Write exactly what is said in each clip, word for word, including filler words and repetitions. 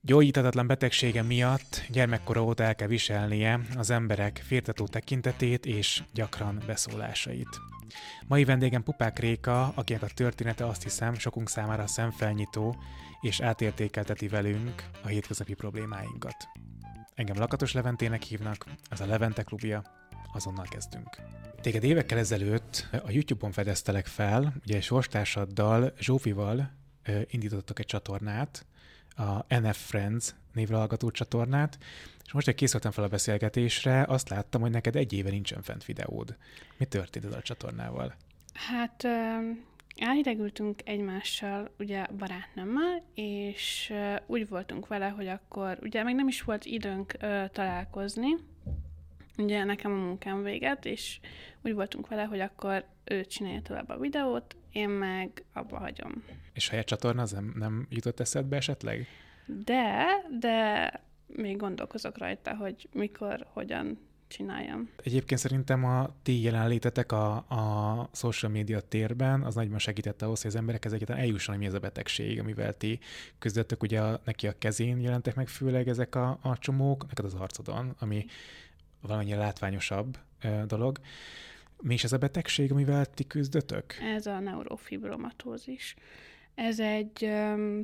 Gyógyíthatatlan betegsége miatt gyermekkora óta el kell viselnie az emberek firtató tekintetét és gyakran beszólásait. Mai vendégem Pupák Réka, akinek a története azt hiszem sokunk számára szemfelnyitó és átértékelteti velünk a hétköznapi problémáinkat. Engem Lakatos Leventének hívnak, ez a Levente Klubja, azonnal kezdünk. Téged évekkel ezelőtt a YouTube-on fedeztelek fel, ugye sorstársaddal, Zsófival indítottak egy csatornát, a en ef Friends névre hallgató csatornát, és most, hogy készültem fel a beszélgetésre, azt láttam, hogy neked egy éve nincsen fent videód. Mi történt ezzel a csatornával? Hát elhidegültünk egymással, ugye barátnőmmel, és úgy voltunk vele, hogy akkor, ugye még nem is volt időnk találkozni, ugye nekem a munkám véget, és úgy voltunk vele, hogy akkor ő csinálja tovább a videót, én meg abba hagyom. És saját csatorna az nem, nem jutott eszedbe esetleg? De, de még gondolkozok rajta, hogy mikor, hogyan csináljam. Egyébként szerintem a ti jelenlétetek a, a social media térben az nagyban segített ahhoz, hogy az emberekhez egyáltalán eljusson, hogy mi ez a betegség, amivel ti küzdöttök. Ugye a, neki a kezén jelentek meg főleg ezek a, a csomók, neked az arcodon, ami valamilyen látványosabb ö, dolog. Mi is ez a betegség, amivel ti küzdötök? Ez a neurofibromatózis. Ez egy um,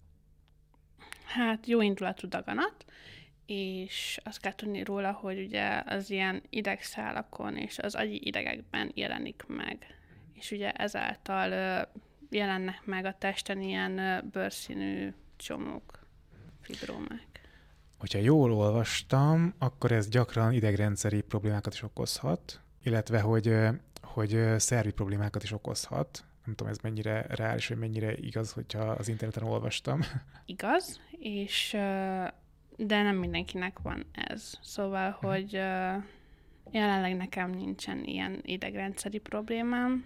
hát jó indulatú daganat, és azt kell tudni róla, hogy ugye az ilyen idegszálakon és az agyi idegekben jelenik meg. És ugye ezáltal uh, jelennek meg a testen ilyen uh, bőrszínű csomók, fibrómák. Hogyha jól olvastam, akkor ez gyakran idegrendszeri problémákat is okozhat, illetve hogy, hogy szervi problémákat is okozhat. Nem tudom, ez mennyire reális, vagy mennyire igaz, hogyha az interneten olvastam. Igaz, és de nem mindenkinek van ez. Szóval, hogy jelenleg nekem nincsen ilyen idegrendszeri problémám.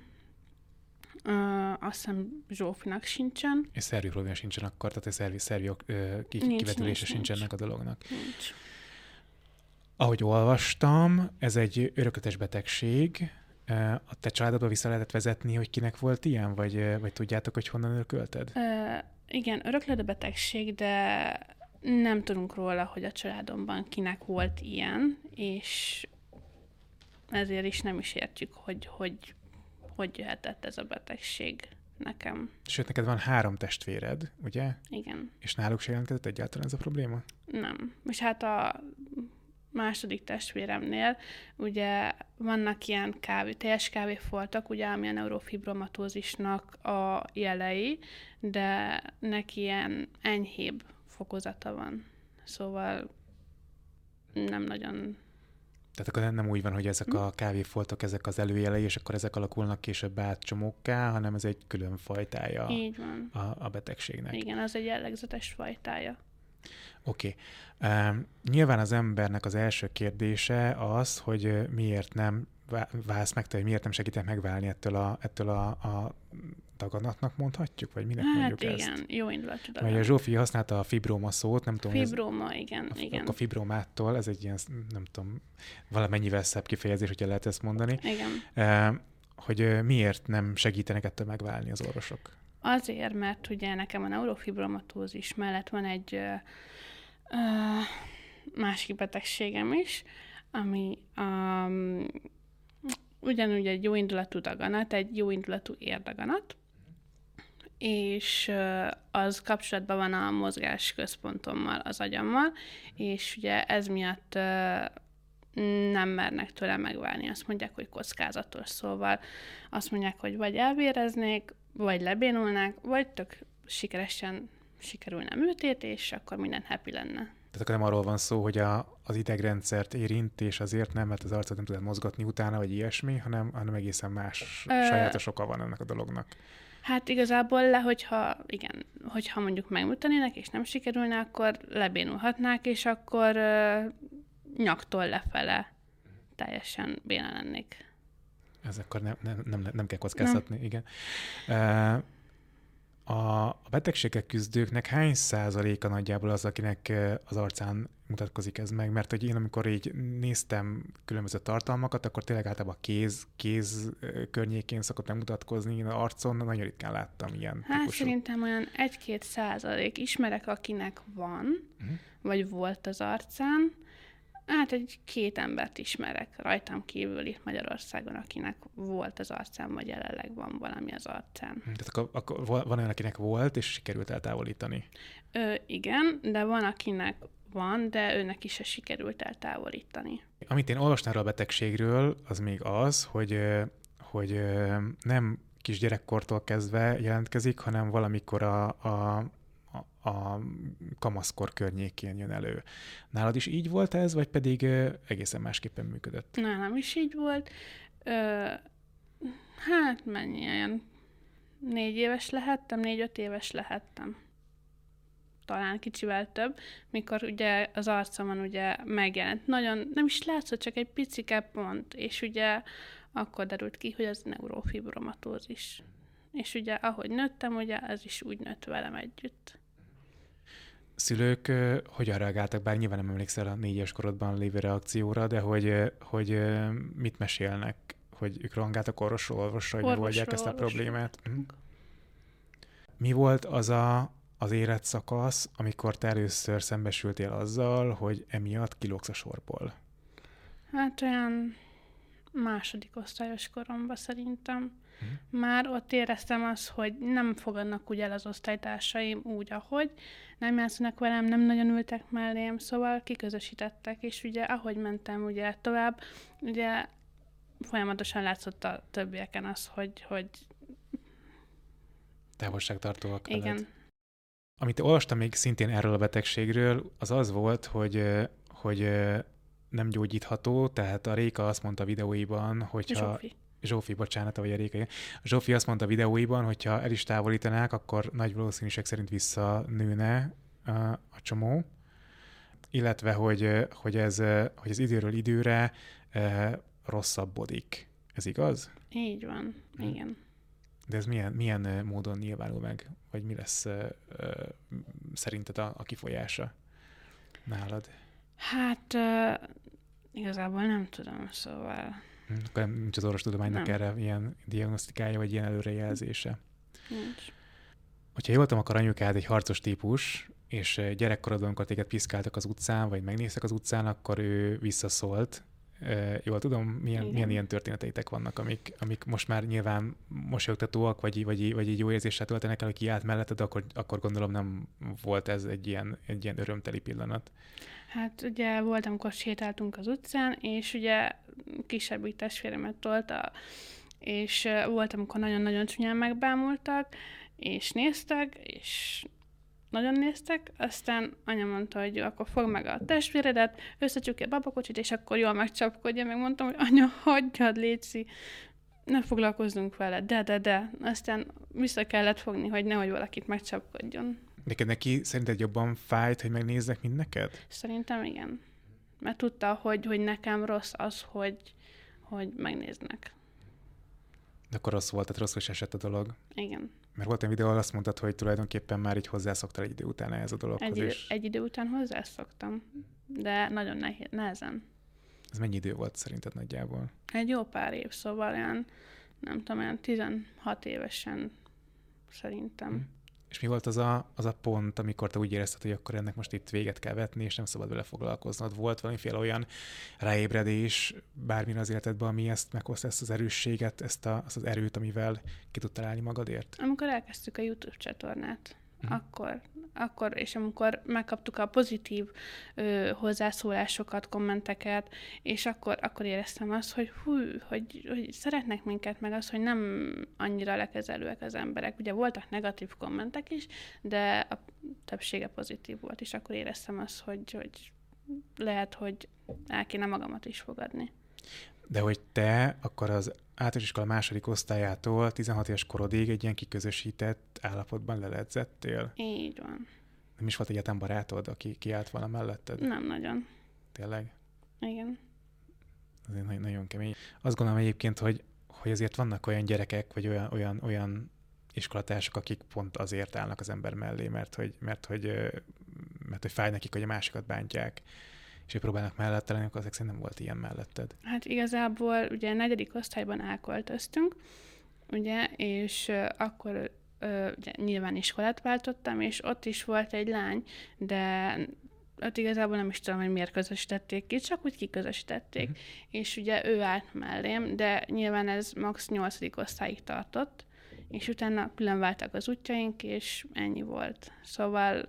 Azt hiszem Zsófinak sincsen. És szervi probléma sincsen akkor, tehát a szervi, szervi kivetülése nincs, nincs, sincsen nincs. ennek a dolognak. Nincs. Ahogy olvastam, ez egy örökötes betegség. A te családodba vissza lehetett vezetni, hogy kinek volt ilyen, vagy, vagy tudjátok, hogy honnan örökölted? Uh, igen, öröklődő betegség, de nem tudunk róla, hogy a családomban kinek volt ilyen, és ezért is nem is értjük, hogy hogy, hogy jöhetett ez a betegség nekem. Sőt, neked van három testvéred, ugye? Igen. És náluk se jelentkezett egyáltalán ez a probléma? Nem. És hát a második testvéremnél ugye vannak ilyen kávé, teljes kávéfoltok, ugye, ami a neurofibromatózisnak a jelei, de neki ilyen enyhébb fokozata van. Szóval nem nagyon... Tehát akkor nem úgy van, hogy ezek a kávéfoltok, ezek az előjelei, és akkor ezek alakulnak később át csomókká, hanem ez egy külön fajtája Így van. A, a betegségnek. Igen, az egy jellegzetes fajtája. Oké. Okay. Um, nyilván az embernek az első kérdése az, hogy miért nem válsz meg, vagy miért nem segítek megválni ettől a, ettől a, a daganatnak mondhatjuk, vagy minek hát mondjuk igen, ezt? Hát igen, jó indulatú daganat. Mert a Zsófi használta a fibróma szót, nem tudom. Fibróma, igen, a, igen. A fibromától, ez egy ilyen, nem tudom, valamennyivel szebb kifejezés, hogyha lehet ezt mondani. Igen. Uh, hogy miért nem segítenek ettől megválni az orvosok? Azért, mert ugye nekem a neurofibromatózis mellett van egy ö, ö, másik betegségem is, ami um, ugyanúgy egy jóindulatú daganat, egy jóindulatú érdaganat, és ö, az kapcsolatban van a mozgásközpontommal, az agyammal, és ugye ez miatt ö, nem mernek tőle megválni. Azt mondják, hogy kockázatos, szóval azt mondják, hogy vagy elvéreznék, vagy lebénulnák, vagy tök sikeresen sikerülne műtét, és akkor minden happy lenne. Tehát akkor nem arról van szó, hogy a, az idegrendszert érint, és azért nem, mert az arcot nem tudod mozgatni utána, vagy ilyesmi, hanem, hanem egészen más Ö... sajátos oka van ennek a dolognak. Hát igazából le, hogyha, igen, hogyha mondjuk megműtenének, és nem sikerülne, akkor lebénulhatnák, és akkor ö, nyaktól lefele teljesen béna lennék. Ez akkor nem, nem, nem, nem kell kockáztatni, nem. Igen. Uh, A, a betegségek küzdőknek hány százaléka nagyjából az, akinek az arcán mutatkozik ez meg? Mert hogy én amikor így néztem különböző tartalmakat, akkor tényleg általában a kéz, kéz környékén szokott megmutatkozni, én az arcon nagyon ritkán láttam ilyen Hát típusú. szerintem olyan egy-két százalék ismerek, akinek van, uh-huh. vagy volt az arcán. Hát egy két embert ismerek rajtam kívül itt Magyarországon, akinek volt az arcán, vagy jelenleg van valami az arcán. Tehát akkor, akkor van olyan, akinek volt, és sikerült eltávolítani? Ö, igen, de van, akinek van, de őnek is se sikerült eltávolítani. Amit én olvastam erről a betegségről, az még az, hogy, hogy nem kisgyerekkortól kezdve jelentkezik, hanem valamikor a, a a kamaszkor környékén jön elő. Nálad is így volt ez, vagy pedig egészen másképpen működött? Nálam is így volt. Ö, hát mennyi olyan négy éves lehettem, négy-öt éves lehettem. Talán kicsivel több, mikor ugye az arcomon ugye megjelent. Nagyon, nem is látszott, csak egy picike pont, és ugye akkor derült ki, hogy az neurofibromatózis. És ugye ahogy nőttem, ugye ez is úgy nőtt velem együtt. Szülők uh, hogyan reagáltak, bár nyilván nem emlékszel a négyes korodban lévő reakcióra, de hogy, uh, hogy uh, mit mesélnek, hogy ők rohangáltak orvosról orvosra, hogy megoldják ezt a problémát. Hm. Mi volt az a, az életszakasz, amikor te először szembesültél azzal, hogy emiatt kilógsz a sorból? Hát olyan második osztályos koromban szerintem. Már ott éreztem azt, hogy nem fogadnak úgy el az osztálytársaim úgy, ahogy, nem játszanak velem, nem nagyon ültek mellém, szóval kiközösítettek, és ugye ahogy mentem ugye tovább, ugye folyamatosan látszott a többieken az, hogy... hogy... távolságtartóak veled. Igen. Amit olvastam még szintén erről a betegségről, az az volt, hogy, hogy nem gyógyítható, tehát a Réka azt mondta a videóiban, hogyha... Zsófi. Zsófi, bocsánat, vagy a Réka. A Zsófi azt mondta a videóiban, hogy ha el is távolítanák, akkor nagy valószínűség szerint visszanőne a, a csomó, illetve, hogy, hogy, ez, hogy ez időről időre e, rosszabbodik. Ez igaz? Így van, hm. igen. De ez milyen, milyen módon nyilvánul meg? Vagy mi lesz e, e, szerinted a, a kifolyása nálad? Hát e, igazából nem tudom, szóval... Akkor nincs az orvostudománynak nem. erre ilyen diagnosztikája, vagy ilyen előrejelzése. Nincs. Hogyha jól tudom, akkor anyukád egy harcos típus, és gyerekkorodban, amikor téged piszkáltak az utcán, vagy megnéztek az utcán, akkor ő visszaszólt. E, jól tudom, milyen, milyen ilyen történeteitek vannak, amik, amik most már nyilván mosolyogtatóak, vagy, vagy, vagy így jó érzéssel töltenek el, hogy ki állt melletted, akkor, akkor gondolom nem volt ez egy ilyen, egy ilyen örömteli pillanat. Hát ugye volt, amikor sétáltunk az utcán, és ugye kisebbik testvéremet tolta, és volt, amikor nagyon-nagyon csúnyán megbámultak, és néztek, és nagyon néztek, aztán anya mondta, hogy jó, akkor fogd meg a testvéredet, összecsukja a babakocsit, és akkor jól megcsapkodja, meg mondtam, hogy anya, hagyjad, létszi, ne foglalkozzunk vele, de, de, de. Aztán vissza kellett fogni, hogy nehogy valakit megcsapkodjon. Neked neki szerinted jobban fájt, hogy megnézzek, mint neked? Szerintem igen. Mert tudta, hogy, hogy nekem rossz az, hogy, hogy megnéznek. De akkor rossz volt, tehát rosszul is esett a dolog. Igen. Mert volt egy videó, ahol azt mondtad, hogy tulajdonképpen már így hozzászoktál egy idő után ehhez a dologhoz. Egy, idő, és... egy idő után hozzászoktam, de nagyon nehéz, nehezen. Ez mennyi idő volt szerinted nagyjából? Egy jó pár év, szóval olyan, nem tudom, olyan tizenhat évesen szerintem. Hm. És mi volt az a, az a pont, amikor te úgy érezted, hogy akkor ennek most itt véget kell vetni, és nem szabad vele foglalkoznod? Volt valamiféle olyan ráébredés bármire az életedben, ami ezt meghozta, ezt az erősséget, ezt a, azt az erőt, amivel ki tudtál állni magadért? Amikor elkezdtük a YouTube csatornát, hm. akkor, akkor, és amikor megkaptuk a pozitív ö, hozzászólásokat, kommenteket, és akkor, akkor éreztem azt, hogy hú, hogy, hogy szeretnek minket, meg az, hogy nem annyira lekezelőek az emberek. Ugye voltak negatív kommentek is, de a többsége pozitív volt, és akkor éreztem azt, hogy, hogy lehet, hogy el kéne magamat is fogadni. De hogy te akkor az általános iskola második osztályától tizenhat éves korodig egy ilyen kiközösített állapotban leledzettél? Így van. Nem is volt egyáltalán barátod, aki kiállt volna melletted? Nem nagyon. Tényleg? Igen. Azért nagyon, nagyon kemény. Azt gondolom egyébként, hogy, hogy azért vannak olyan gyerekek, vagy olyan, olyan, olyan iskolatársak, akik pont azért állnak az ember mellé, mert hogy, mert hogy, mert hogy fáj nekik, hogy a másikat bántják, és hogy próbálnak mellette lenni, akkor ezek szerint nem volt ilyen melletted. Hát igazából ugye negyedik osztályban elköltöztünk, ugye, és uh, akkor uh, ugye, nyilván iskolát váltottam, és ott is volt egy lány, de ott igazából nem is tudom, hogy miért közösítették ki, csak úgy kiközösítették. Uh-huh. És ugye ő állt mellém, de nyilván ez max. nyolcadik osztályig tartott, és utána külön váltak az útjaink, és ennyi volt. Szóval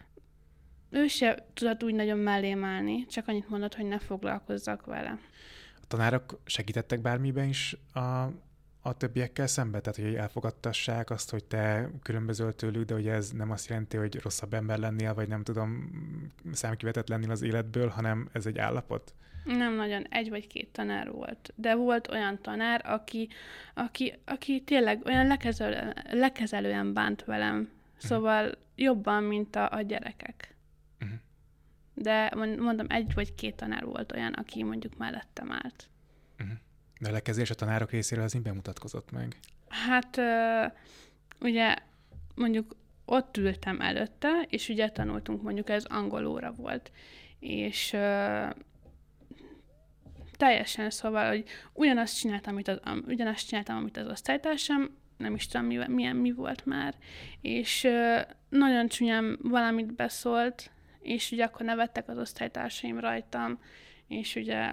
ő se tudott úgy nagyon mellém állni, csak annyit mondott, hogy ne foglalkozzak vele. A tanárok segítettek bármiben is a, a többiekkel szemben? Tehát, hogy elfogadtassák azt, hogy te különbözöl tőlük, de hogy ez nem azt jelenti, hogy rosszabb ember lennél, vagy nem tudom, számkivetett lennél az életből, hanem ez egy állapot? Nem nagyon, egy vagy két tanár volt. De volt olyan tanár, aki, aki, aki tényleg olyan lekezelő, lekezelően bánt velem. Szóval uh-huh. jobban, mint a, a gyerekek. Uh-huh. De mondom, egy vagy két tanár volt olyan, aki mondjuk mellettem állt. Uh-huh. De a lekezés a tanárok részéről az így mutatkozott meg? Hát uh, ugye mondjuk ott ültem előtte, és ugye tanultunk, mondjuk ez angol óra volt. És uh, teljesen szóval, hogy ugyanazt csináltam, amit az, ugyanazt csináltam, amit az osztálytársam, nem is tudom, mi, milyen mi volt már, és uh, nagyon csúnyán valamit beszólt, és ugye akkor nevettek az osztálytársaim rajtam, és ugye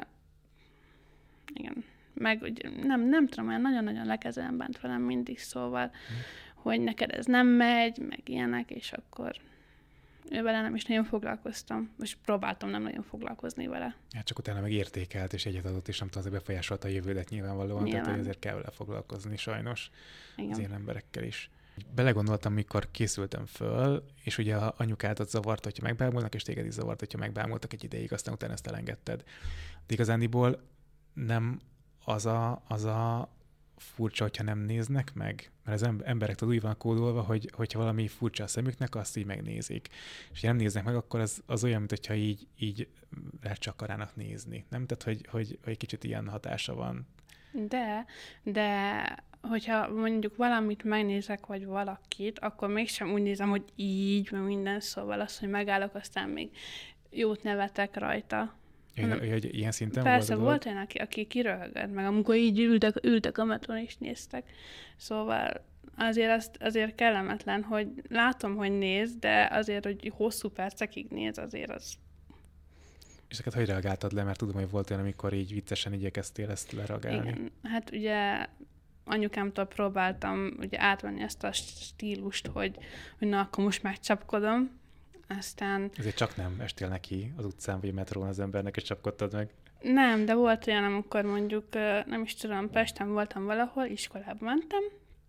igen, meg ugye, nem, nem tudom, olyan nagyon-nagyon lekezelem bánt velem mindig, szóval, hmm. hogy neked ez nem megy, meg ilyenek, és akkor ő vele nem is nagyon foglalkoztam. Most próbáltam nem nagyon foglalkozni vele. Hát csak utána meg értékelt, és egyet adott, és nem tudom, azért befolyásolta a jövődet nyilvánvalóan, Nyilván. Tehát hogy azért kell vele foglalkozni sajnos. Igen. Az ilyen emberekkel is. Belegondoltam, mikor készültem föl, és ugye a anyukádat zavart, hogyha megbámulnak, és téged is zavart, hogyha megbámultak egy ideig, aztán utána ezt elengedted. De igazándiból nem az a, az a furcsa, hogyha nem néznek meg, mert az emberek tudod úgy van kódolva, hogy hogyha valami furcsa a szemüknek, azt így megnézik. És ha nem néznek meg, akkor az, az olyan, mintha így, így rácsakarának nézni. Nem? Tehát, hogy, hogy, hogy kicsit ilyen hatása van. De, de hogyha mondjuk valamit megnézek, vagy valakit, akkor mégsem úgy nézem, hogy így, mert minden, szóval az, hogy megállok, aztán még jót nevetek rajta. Ilyen, hmm. hogy ilyen szinten Persze, volt, volt olyan, aki, aki kiröhögött, meg amikor így ültek, ültek a metron és néztek. Szóval azért, azt, azért kellemetlen, hogy látom, hogy néz, de azért, hogy hosszú percekig néz, azért az... És ezeket hogy reagáltad le? Mert tudom, hogy volt olyan, amikor így viccesen igyekeztél ezt lereagálni. Igen, hát ugye anyukámtól próbáltam ugye átvenni ezt a stílust, hogy, hogy na, akkor most megcsapkodom. Aztán... Ezért csak nem estél neki az utcán vagy metrón az embernek, és csapkodtad meg? Nem, de volt olyan, amikor mondjuk, nem is tudom, Pesten voltam valahol, iskolába mentem,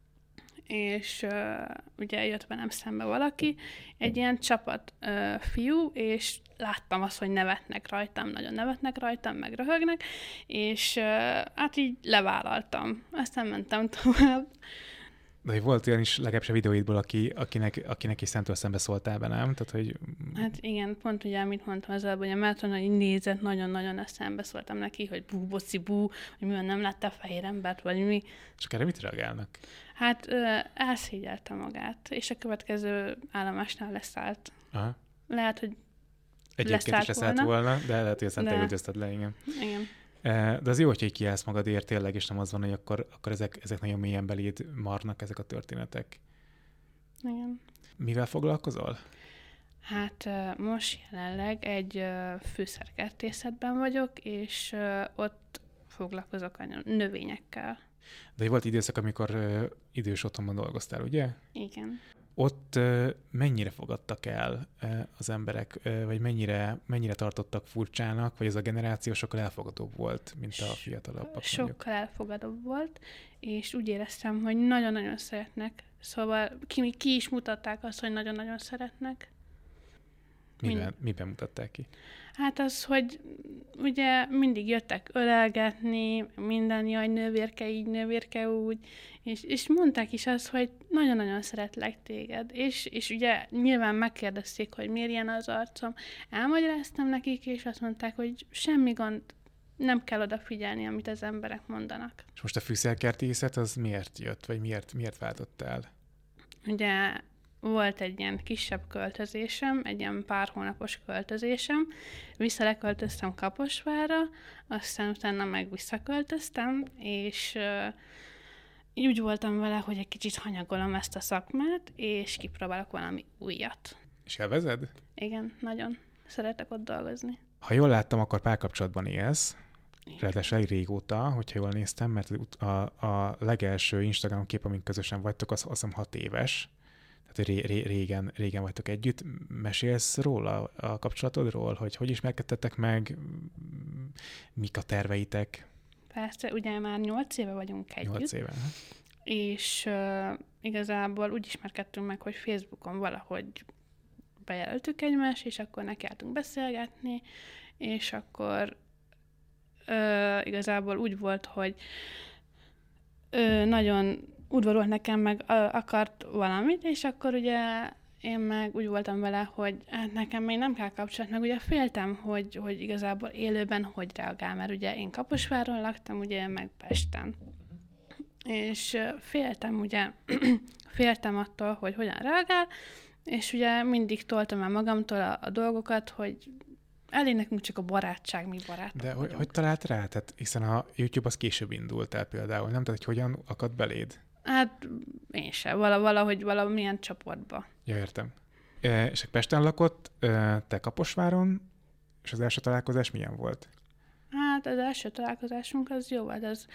és uh, ugye jött velem szembe valaki, egy ilyen csapat uh, fiú, és láttam azt, hogy nevetnek rajtam, nagyon nevetnek rajtam, meg röhögnek, és uh, hát így levállaltam. Aztán mentem tovább. De volt olyan is legalábbis a videóidból, aki, akinek, akinek is szemtől szembe szóltál be, nem? Tehát, hogy... Hát igen, pont ugye, amit mondtam az előbb, hogy a metron, hogy nézett, nagyon-nagyon eszembe szóltam neki, hogy bú, boci, bú, hogy mi van, nem látta a fehér embert, vagy mi. És erre mit reagálnak? Hát ö, elszégyelte magát, és a következő állomásnál leszállt. Aha. Lehet, hogy Egyébként is leszállt volna, volna, de lehet, hogy aztán te üldözted le, igen. Igen. De az jó, hogy kiállsz magadért tényleg, és nem az van, hogy akkor, akkor ezek, ezek nagyon mélyen beléd marnak, ezek a történetek. Igen. Mivel foglalkozol? Hát most jelenleg egy fűszerkertészetben vagyok, és ott foglalkozok a növényekkel. De volt időszak, amikor idős otthonban dolgoztál, ugye? Igen. Ott mennyire fogadtak el az emberek, vagy mennyire, mennyire tartottak furcsának, vagy ez a generáció sokkal elfogadóbb volt, mint a fiatalabbak? Sokkal mondjuk. elfogadóbb volt, és úgy éreztem, hogy nagyon-nagyon szeretnek. Szóval ki, ki is mutatták azt, hogy nagyon-nagyon szeretnek. Miben, Mind... miben mutatták ki? Hát az, hogy ugye mindig jöttek ölelgetni, minden, jaj, nővérke így, nővérke úgy, és, és mondták is azt, hogy nagyon-nagyon szeretlek téged. És, és ugye nyilván megkérdezték, hogy miért ilyen az arcom. Elmagyaráztam nekik, és azt mondták, hogy semmi gond, nem kell odafigyelni, amit az emberek mondanak. És most a fűszerkertészet az miért jött, vagy miért, miért váltott el? ugye volt egy ilyen kisebb költözésem, egy ilyen pár hónapos költözésem, visszaleköltöztem Kaposvárra, aztán utána meg visszaköltöztem, és uh, úgy voltam vele, hogy egy kicsit hanyagolom ezt a szakmát, és kipróbálok valami újat. És élvezed? Igen, nagyon. Szeretek ott dolgozni. Ha jól láttam, akkor párkapcsolatban élsz, ráadásul elég régóta, hogyha jól néztem, mert a, a legelső Instagram kép, amink közösen vagytok, az azt hiszem hat éves. Tehát ré, ré, régen, régen vagytok együtt. Mesélsz róla, a kapcsolatodról, hogy hogy ismerkedtetek meg, mik a terveitek? Persze, ugye már nyolc éve vagyunk együtt. Nyolc éve. És uh, igazából úgy ismerkedtünk meg, hogy Facebookon valahogy bejelöltük egymást, és akkor nekiálltunk beszélgetni, és akkor uh, igazából úgy volt, hogy uh, nagyon udvarolt nekem, meg uh, akart valamit, és akkor ugye én meg úgy voltam vele, hogy hát nekem még nem kell kapcsolat, meg ugye féltem, hogy, hogy igazából élőben hogy reagál, mert ugye én Kaposváron laktam, ugye meg Pesten. És féltem, ugye, féltem attól, hogy hogyan reagál, és ugye mindig toltam el magamtól a, a dolgokat, hogy elég nekünk csak a barátság, mi barátok De vagyunk. hogy, hogy talált rá? Tehát hiszen a YouTube az később indult el például, nem? Tehát hogy hogyan akadt beléd? Hát én sem, Vala, valahogy valamilyen csoportba. Ja, értem. E, és Pesten lakott, e, te Kaposváron, és az első találkozás milyen volt? Hát az első találkozásunk az jó volt, az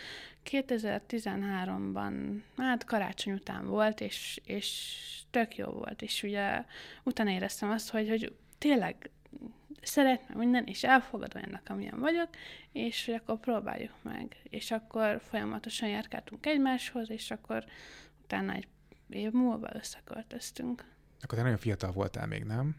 kétezer-tizenháromban, hát karácsony után volt, és, és tök jó volt, és ugye utána éreztem azt, hogy, hogy tényleg szeretem minden, és elfogad olyannak, amilyen vagyok, és hogy akkor próbáljuk meg. És akkor folyamatosan járkáltunk egymáshoz, és akkor utána egy év múlva összeköltöztünk. Akkor te nagyon fiatal voltál még, nem?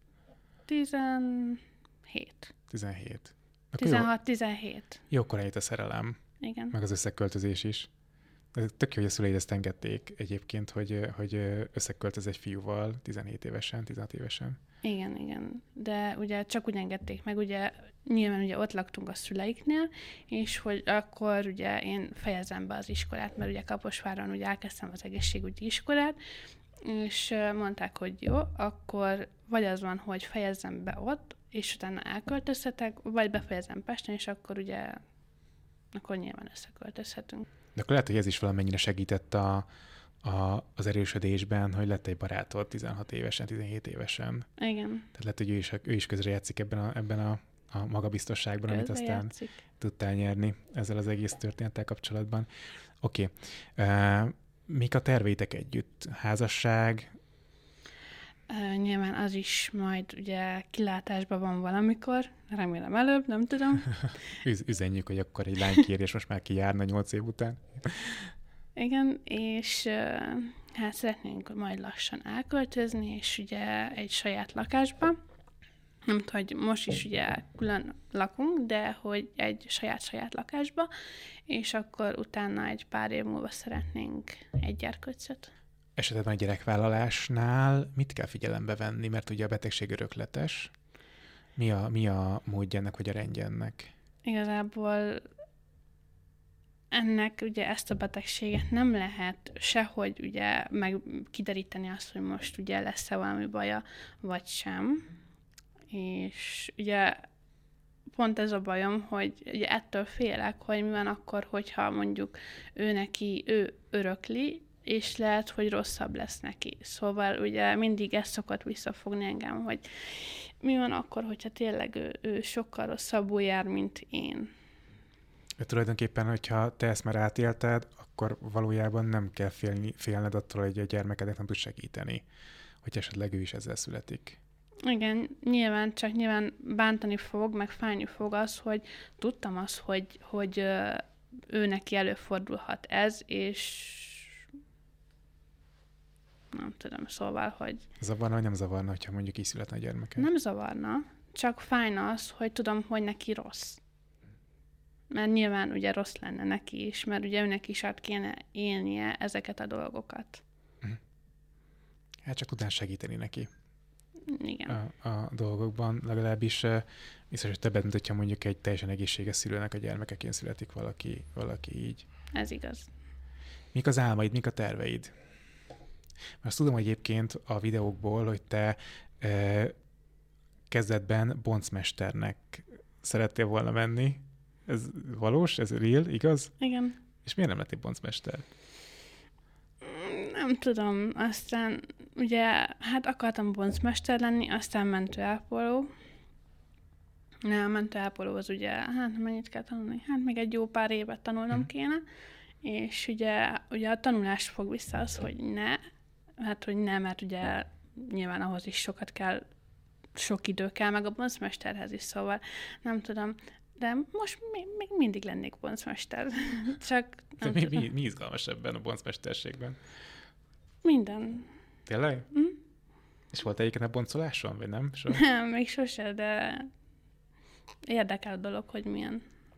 tizenhét. tizenhét. tizenhat-tizenhét. Jókor eljött a szerelem, Igen. meg az összeköltözés is. Ez tök jó, hogy a szüleid ezt engedték egyébként, hogy, hogy összeköltöz egy fiúval tizenhét évesen, tizenhat évesen. Igen, igen. De ugye csak úgy engedték meg, ugye nyilván ugye ott laktunk a szüleiknél, és hogy akkor ugye én fejezem be az iskolát, mert ugye Kaposváron ugye elkezdtem az egészségügyi iskolát, és mondták, hogy jó, akkor vagy az van, hogy fejezzem be ott, és utána elköltözhetek, vagy befejezem Pesten, és akkor ugye akkor nyilván összeköltözhetünk. De akkor lehet, hogy ez is valamennyire segített a, a, az erősödésben, hogy lett egy barátod tizenhat évesen, tizenhét évesen. Igen. Tehát lehet, hogy ő is, ő is közrejátszik ebben a, ebben a, a magabiztosságban, amit aztán játszik. tudtál nyerni ezzel az egész történettel kapcsolatban. Oké. Okay. Uh, mik a terveitek együtt? Házasság? Uh, nyilván az is majd ugye kilátásban van valamikor, remélem előbb, nem tudom. Üz- üzenjük, hogy akkor egy lánykérés most már kijárna nyolc év után. Igen, és uh, hát szeretnénk majd lassan elköltözni, és ugye egy saját lakásba. Nem tudom, hogy most is ugye külön lakunk, de hogy egy saját-saját lakásba, és akkor utána egy pár év múlva szeretnénk egy gyerkőcöt. Esetben a gyerekvállalásnál mit kell figyelembe venni, mert ugye a betegség örökletes. Mi a, mi a módja ennek, vagy a rendje ennek? Igazából ennek ugye ezt a betegséget nem lehet sehogy ugye meg kideríteni azt, hogy most ugye lesz-e valami baja, vagy sem. És ugye pont ez a bajom, hogy ugye ettől félek, hogy mi van akkor, hogyha mondjuk ő neki, ő örökli, és lehet, hogy rosszabb lesz neki. Szóval ugye mindig ez szokott visszafogni engem, hogy mi van akkor, hogyha tényleg ő, ő sokkal rosszabbul jár, mint én. De tulajdonképpen, hogyha te ezt már átélted, akkor valójában nem kell félni, félned attól, hogy a gyermekedet nem tud segíteni, hogy esetleg ő is ezzel születik. Igen, nyilván, csak nyilván bántani fog, meg fájni fog az, hogy tudtam azt, hogy, hogy ő neki előfordulhat ez, és nem tudom, szóval, hogy... Zavarna, vagy nem zavarna, hogyha mondjuk így születne a gyermeke? Nem zavarna, csak fájna az, hogy tudom, hogy neki rossz. Mert nyilván ugye rossz lenne neki is, mert ugye őnek is át kéne élnie ezeket a dolgokat. Hát csak tudnál segíteni neki. Igen. A, a dolgokban, legalábbis biztos, hogy többet, mint hogyha mondjuk egy teljesen egészséges szülőnek a gyermekeként születik valaki, valaki így. Ez igaz. Mik az álmaid, mik a terveid? Mert azt tudom, hogy egyébként a videókból, hogy te e, kezdetben boncmesternek szerettél volna menni. Ez valós? Ez real? Igaz? Igen. És miért nem lettél boncmester? Nem tudom, aztán ugye, hát akartam boncmester lenni, aztán mentőápoló. Nem, mentőápoló az ugye, hát mennyit kell tanulni? Hát még egy jó pár évet tanulnom hmm. kéne, és ugye, ugye a tanulás fog vissza az, hogy ne, hát hogy nem, mert ugye nyilván ahhoz is sokat kell, sok idő kell, meg a boncmesterhez is, szóval nem tudom, de most még, még mindig lennék boncmester. Csak nem mi, mi, mi izgalmas ebben a boncmesterségben? Minden. Tényleg? Mm? És volt egyébként a boncoláson, vagy nem? So? Nem, még sose, de érdekel a dolog, hogy milyen.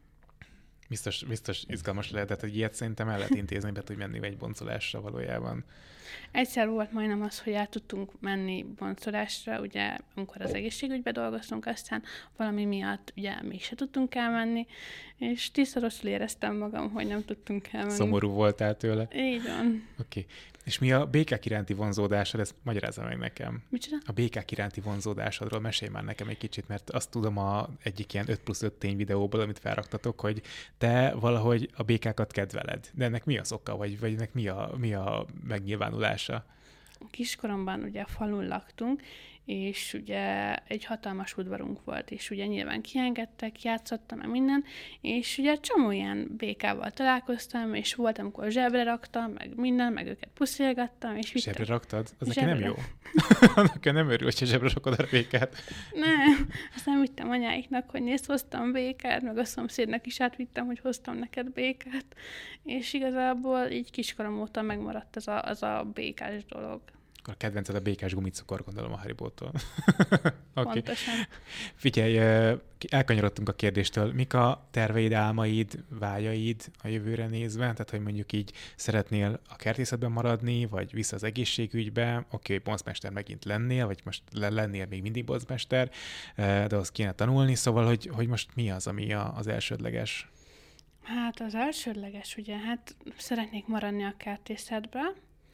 Biztos, biztos izgalmas lehetett, hogy ilyet szerintem el lehet intézni, be tudj menni egy boncolásra valójában. Egyszer volt majdnem az, hogy el tudtunk menni boncolásra, ugye, amikor az egészségügyben dolgoztunk, aztán valami miatt ugye mégse tudtunk elmenni, és tízszer rosszul éreztem magam, hogy nem tudtunk elmenni. Szomorú voltál tőle? Így van. Oké. Okay. És mi a békák iránti vonzódásod? Ezt magyarázza meg nekem. Micsoda? A békák iránti vonzódásodról mesélj már nekem egy kicsit, mert azt tudom a egyik ilyen öt plusz öt tény videóból, amit felraktatok, hogy te valahogy a békákat kedveled. De ennek mi az oka, vagy, vagy ennek mi a, mi a megnyilvánulása? Kiskoromban ugye falun laktunk, és ugye egy hatalmas udvarunk volt, és ugye nyilván kiengedtek, játszottam, meg minden, és ugye csomó ilyen békával találkoztam, és volt, amikor zsebre raktam, meg minden, meg őket puszilgattam, és zsebre raktad? Az zsebre. Neki nem jó. Annak nem örül, hogyha zsebre rakod a békát. Nem, aztán vittem anyáiknak, hogy nézd, hoztam békát, meg a szomszédnak is átvittem, hogy hoztam neked békát, és igazából így kiskorom óta megmaradt az a, az a békás dolog. Akkor kedvenced a békás gumicukor, gondolom a Haribótól. Okay. Pontosan. Figyelj, elkanyarodtunk a kérdéstől. Mik a terveid, álmaid, vágyaid a jövőre nézve? Tehát, hogy mondjuk így szeretnél a kertészetben maradni, vagy vissza az egészségügybe? Oké, okay, boncmester megint lennél, vagy most lennél még mindig boncmester, de azt kéne tanulni. Szóval, hogy, hogy most mi az, ami az elsődleges? Hát az elsődleges, ugye, hát szeretnék maradni a kertészetbe,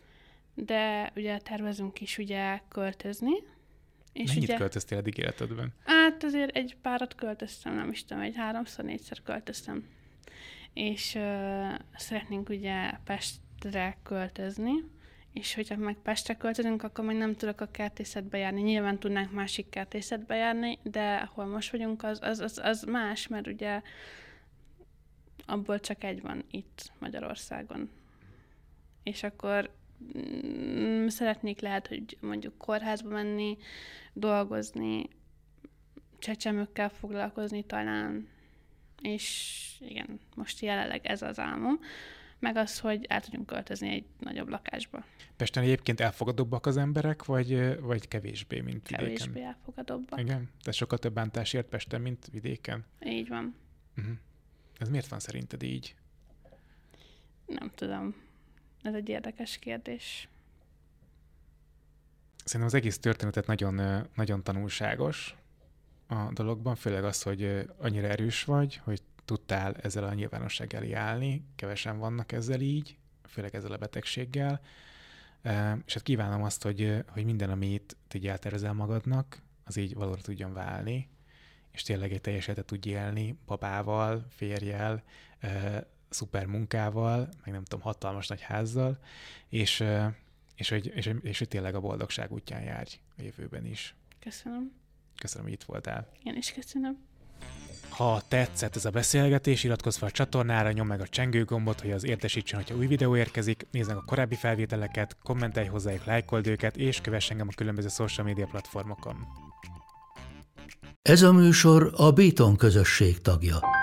de ugye tervezünk is ugye költözni. És mennyit ugye, költöztél eddig életedben? Hát azért egy párat költöztem, nem is tudom, egy háromszor, négyszer költöztem. És uh, szeretnénk ugye Pestre költözni, és hogyha meg Pestre költözünk, akkor meg nem tudok a kertészetbe járni. Nyilván tudnánk másik kertészetbe járni, de ahol most vagyunk, az, az, az, az más, mert ugye abból csak egy van itt Magyarországon. És akkor szeretnék lehet, hogy mondjuk kórházba menni, dolgozni, csecsemőkkel foglalkozni talán, és igen, most jelenleg ez az álmom, meg az, hogy el tudjunk költözni egy nagyobb lakásba. Pesten egyébként elfogadóbbak az emberek, vagy, vagy kevésbé, mint vidéken? Kevésbé elfogadóbbak. Igen? De sokkal több bántás ért Pesten, mint vidéken? Így van. Uh-huh. Ez miért van szerinted így? Nem tudom. Ez egy érdekes kérdés. Szerintem az egész történetet nagyon, nagyon tanulságos a dologban, főleg az, hogy annyira erős vagy, hogy tudtál ezzel a nyilvánosság elé állni, kevesen vannak ezzel így, főleg ezzel a betegséggel, és hát kívánom azt, hogy, hogy minden, amit így eltervezel magadnak, az így valóra tudjon válni, és tényleg egy teljes életet tudj élni babával, férjel, szuper munkával, meg nem tudom, hatalmas nagy házzal, és, és, hogy, és, és hogy tényleg a boldogság útján járj a jövőben is. Köszönöm. Köszönöm, hogy itt voltál. Én is köszönöm. Ha tetszett ez a beszélgetés, iratkozz fel a csatornára, nyomd meg a csengő gombot, hogy az értesítsen, hogyha új videó érkezik, nézd meg a korábbi felvételeket, kommentelj hozzájuk, lájkold őket, és kövess engem a különböző social media platformokon. Ez a műsor a Béton közösség tagja.